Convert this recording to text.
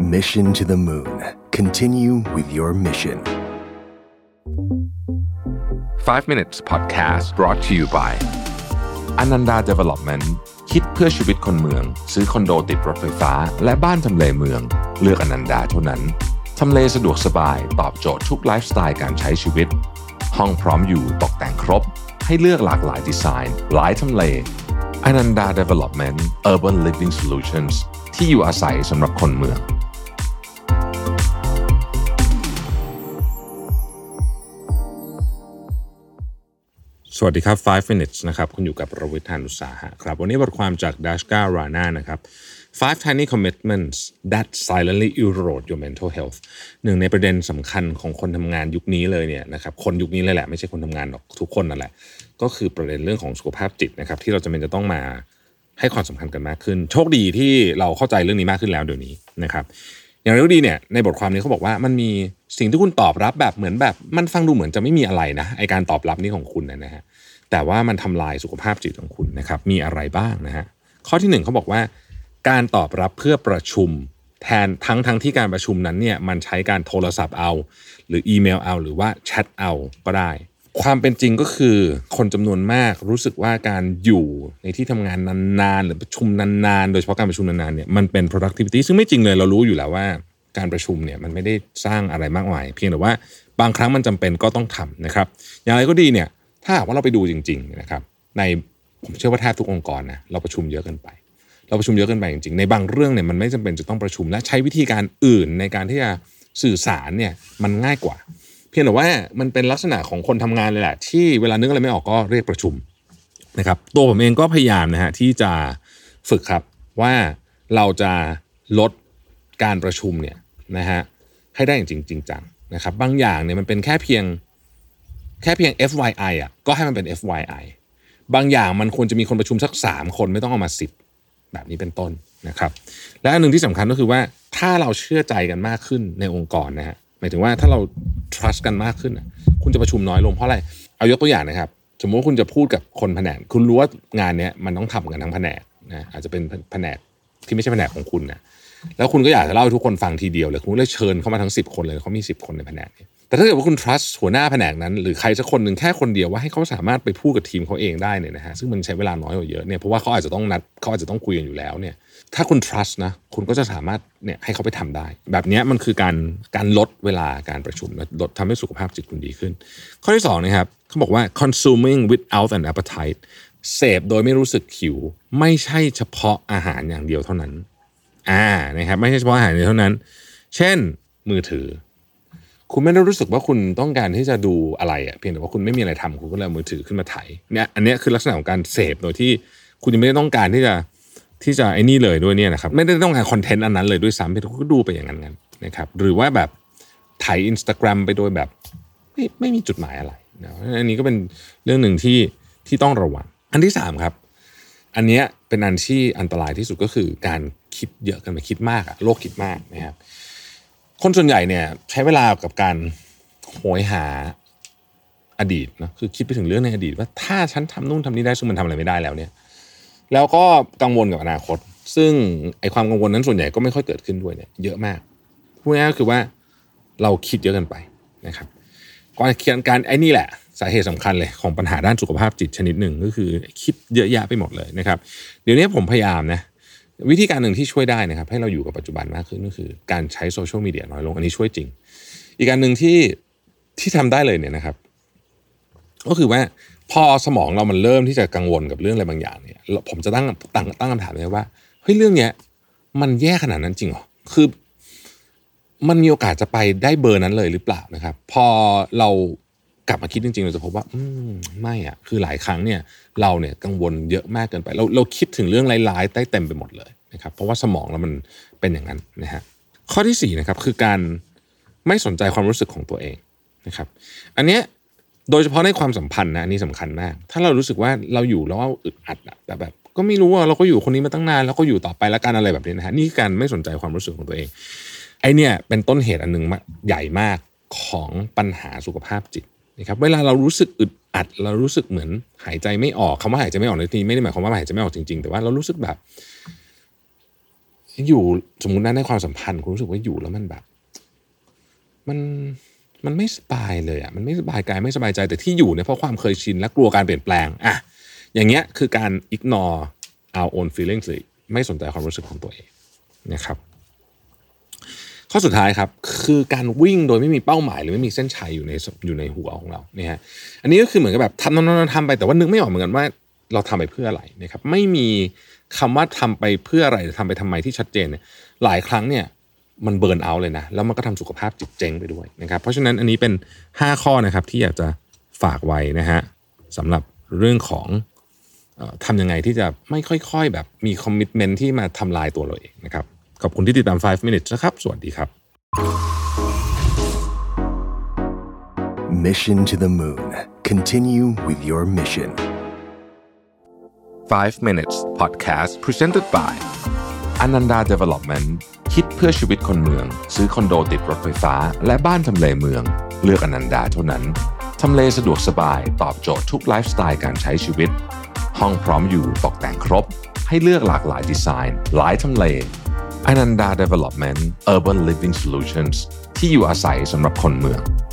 Mission to the Moon. Continue with your mission. 5 minutes podcast brought to you by Ananda Development คิดเพื่อชีวิตคนเมืองซื้อคอนโดติดรถไฟฟ้าและบ้านทำเลเมืองเลือก Ananda เท่านั้นทำเลสะดวกสบายตอบโจทย์ทุกไลฟ์สไตล์การใช้ชีวิตห้องพร้อมอยู่ตกแต่งครบให้เลือกหลากหลายดีไซน์หลายทำเล Ananda Development Urban Living Solutions ที่อยู่อาศัยสำหรับคนเมืองสวัสดีครับ5 minutes นะครับคุณอยู่กับประวิทย์ หาญอุตสาหะครับวันนี้บทความจาก Dashka Rana นะครับ5 tiny commitments that silently erode your mental health หนึ่งในประเด็นสำคัญของคนทำงานยุคนี้เลยเนี่ยนะครับคนยุคนี้เลยแหละไม่ใช่คนทำงานหรอกทุกคนนั่นแหละก็คือประเด็นเรื่องของสุขภาพจิตนะครับที่เราจำเป็นจะต้องมาให้ความสำคัญกันมากขึ้นโชคดีที่เราเข้าใจเรื่องนี้มากขึ้นแล้วเดี๋ยวนี้นะครับอย่างไรก็ดีเนี่ยในบทความนี้เขาบอกว่ามันมีสิ่งที่คุณตอบรับแบบเหมือนแบบมันฟังดูเหมือนจะไม่มีอะไรนะไอการตอบรับนี้ของคุณนะฮะแต่ว่ามันทำลายสุขภาพจิตของคุณนะครับมีอะไรบ้างนะฮะข้อที่1เขาบอกว่าการตอบรับเพื่อประชุมแทนทั้งที่การประชุมนั้นเนี่ยมันใช้การโทรศัพท์เอาหรืออีเมลเอาหรือว่าแชทเอาก็ได้ความเป็นจริงก็คือคนจำนวนมากรู้สึกว่าการอยู่ในที่ทำงานนานๆหรือประชุมนานๆโดยเฉพาะการประชุมนานๆเนี่ยมันเป็น productivity ซึ่งไม่จริงเลยเรารู้อยู่แล้วว่าการประชุมเนี่ยมันไม่ได้สร้างอะไรมากมายเพียงแต่ว่าบางครั้งมันจำเป็นก็ต้องทำนะครับอย่างไรก็ดีเนี่ยถ้าหากว่าเราไปดูจริงๆนะครับในผมเชื่อว่าแทบทุกองค์กรนะเราประชุมเยอะเกินไปเราประชุมเยอะเกินไปจริงๆในบางเรื่องเนี่ยมันไม่จำเป็นจะต้องประชุมและใช้วิธีการอื่นในการที่จะสื่อสารเนี่ยมันง่ายกว่าเพียงแต่ว่ามันเป็นลักษณะของคนทำงานเลยแหละที่เวลานึกอะไรไม่ออกก็เรียกประชุมนะครับตัวผมเองก็พยายามนะฮะที่จะฝึกครับว่าเราจะลดการประชุมเนี่ยนะฮะให้ได้จริงจังนะครับบางอย่างเนี่ยมันเป็นแค่เพียงFYI อ่ะก็ให้มันเป็น FYI บางอย่างมันควรจะมีคนประชุมสัก3คนไม่ต้องเอามา10แบบนี้เป็นต้นนะครับและอันนึงที่สำคัญก็คือว่าถ้าเราเชื่อใจกันมากขึ้นในองค์กรนะฮะหมายถึงว่าถ้าเรา trust กันมากขึ้นคุณจะประชุมน้อยลงเพราะอะไรเอายกตัวอย่างนะครับสมมติว่าคุณจะพูดกับคนแผนกคุณรู้ว่างานนี้มันต้องทำกันทั้งแผนกนะอาจจะเป็นแผนกที่ไม่ใช่แผนกของคุณนะแล้วคุณก็อยากจะเล่าให้ทุกคนฟังทีเดียวเลยคุณเลยเชิญเข้ามาทั้ง10คนเลยเขามี10คนในแผนกนี้แต่ถ้าเกิดว่าคุณ trust หัวหน้าแผนกนั้นหรือใครสักคนหนึ่งแค่คนเดียวว่าให้เขาสามารถไปพูดกับทีมเขาเองได้เนี่ยนะฮะซึ่งมันใช้เวลาน้อยกว่าเยอะเนี่ยเพราะว่าเขาอาจจะต้องนัดเขาอาจจะต้องคุยกันอยู่แล้วเนี่ยถ้าคุณ trust นะคุณก็จะสามารถเนี่ยให้เขาไปทำได้แบบนี้มันคือการลดเวลาการประชุมลดทำให้สุขภาพจิตคุณดีขึ้นข้อที่2นะครับเขาบอกว่า consuming without an appetite เสพโดยไม่รู้สึกหิวไม่ใช่เฉพาะอาหารอย่างเดียวเท่านั้นนะครับไม่ใช่เฉพาะอาหารเท่านั้นเช่นมือถือคุณไม่ได้รู้สึกว่าคุณต้องการที่จะดูอะไรเพียงแต่ว่าคุณไม่มีอะไรทำคุณก็เลยเอามือถือขึ้นมาถ่ายเนี่ยอันนี้คือลักษณะของการเสพโดยที่คุณยังไม่ได้ต้องการที่จะไอ้นี่เลยด้วยเนี่ยนะครับไม่ได้ต้องการคอนเทนต์อันนั้นเลยด้วยซ้ำเพียงแต่คุณก็ดูไปอย่างนั้นนะครับหรือว่าแบบถ่าย Instagram ไปโดยแบบไม่มีจุดหมายอะไรนะอันนี้ก็เป็นเรื่องหนึ่งที่ต้องระวังอันที่3ครับอันนี้เป็นอันที่อันตรายที่สุดก็คือการคิดเยอะกันไปคิดมากโลกคิดมากนะครับคนส่วนใหญ่เนี่ยใช้เวลากับการโหยหาอดีตนะคือคิดไปถึงเรื่องในอดีตว่าถ้าฉันทำนู่นทำนี่ได้ซึ่งมันทำอะไรไม่ได้แล้วเนี่ยแล้วก็กังวลกับอนาคตซึ่งไอ้ความกังวลนั้นส่วนใหญ่ก็ไม่ค่อยเกิดขึ้นด้วยเนี่ยเยอะมากพูดง่ายๆก็คือว่าเราคิดเยอะกันไปนะครับการไอ้นี่แหละสาเหตุสำคัญเลยของปัญหาด้านสุขภาพจิตชนิดหนึ่งก็คือคิดเยอะแยะไปหมดเลยนะครับเดี๋ยวนี้ผมพยายามนะวิธีการหนึ่งที่ช่วยได้นะครับให้เราอยู่กับปัจจุบันมากขึ้นก็คือการใช้โซเชียลมีเดียน้อยลงอันนี้ช่วยจริงอีกการหนึ่งที่ทำได้เลยเนี่ยนะครับก็คือว่าพอสมองเรามันเริ่มที่จะกังวลกับเรื่องอะไรบางอย่างเนี่ยผมจะตั้งคำถามเลยว่าเฮ้ยเรื่องเนี้ยมันแย่ขนาดนั้นจริงเหรอคือมันมีโอกาสจะไปได้เบอร์นั้นเลยหรือเปล่านะครับพอเรากลับมาคิดจริงๆเราจะพบว่าไม่คือหลายครั้งเนี่ยเราเนี่ยกังวลเยอะมากเกินไปเราคิดถึงเรื่องร้ายๆได้เต็มไปหมดเลยนะครับเพราะว่าสมองเรามันเป็นอย่างนั้นนะฮะข้อที่4นะครับคือการไม่สนใจความรู้สึกของตัวเองนะครับอันเนี้ยโดยเฉพาะในความสัมพันธ์นะอันนี้สำคัญมากถ้าเรารู้สึกว่าเราอยู่แล้วอึดอัดแต่แบบก็ไม่รู้ว่าเราก็อยู่คนนี้มาตั้งนานแล้วก็อยู่ต่อไปแล้วกันอะไรแบบนี้นะฮะนี่คือการไม่สนใจความรู้สึกของตัวเองไอเนี่ยเป็นต้นเหตุอันนึงใหญ่มากของปัญหาสุขภาพจิตนะครับเวลาเรารู้สึกอึดอัดเรารู้สึกเหมือนหายใจไม่ออกคำว่าหายใจไม่ออกในที่นี้ไม่ได้หมายความว่าหายใจไม่ออกจริงๆแต่ว่าเรารู้สึกแบบอยู่สมมุตินะในความสัมพันธ์คุณรู้สึกว่าอยู่แล้วมันแบบมันไม่สบายเลยอ่ะมันไม่สบายกายไม่สบายใจแต่ที่อยู่เนี่ยเพราะความเคยชินและกลัวการเปลี่ยนแปลงอ่ะอย่างเงี้ยคือการ ignore our own feelings หรือไม่สนใจความรู้สึกของตัวเองนะครับข้อสุดท้ายครับคือการวิ่งโดยไม่มีเป้าหมายหรือไม่มีเส้นชัยอยู่ในหัวของเราเนี่ยฮะอันนี้ก็คือเหมือนกับแบบทำไปแต่ว่านึกไม่ออกเหมือนกันว่าเราทำไปเพื่ออะไรนะครับไม่มีคำว่าทำไปเพื่ออะไรทำไปทำไมที่ชัดเจนเนี่ยหลายครั้งเนี่ยมันเบิร์นเอาท์เลยนะแล้วมันก็ทำสุขภาพจิตเจ๊งไปด้วยนะครับเพราะฉะนั้นอันนี้เป็น5ข้อนะครับที่อยากจะฝากไว้นะฮะสำหรับเรื่องของทำยังไงที่จะไม่ค่อยๆแบบมีคอมมิตเมนต์ที่มาทำลายตัวเราเองนะครับขอบคุณที่ติดตาม5 minutes นะครับสวัสดีครับ Mission to the Moon. Continue with your mission. 5 minutes podcast presented by Ananda Development คิดเพื่อชีวิตคนเมืองซื้อคอนโดติดรถไฟฟ้าและบ้านทำเลเมืองเลือก Ananda เท่านั้นทำเลสะดวกสบายตอบโจทย์ทุกไลฟ์สไตล์การใช้ชีวิตห้องพร้อมอยู่ตกแต่งครบให้เลือกหลากหลายดีไซน์หลายทำเล Ananda Development Urban Living Solutions ที่อยู่อาศัยสำหรับคนเมือง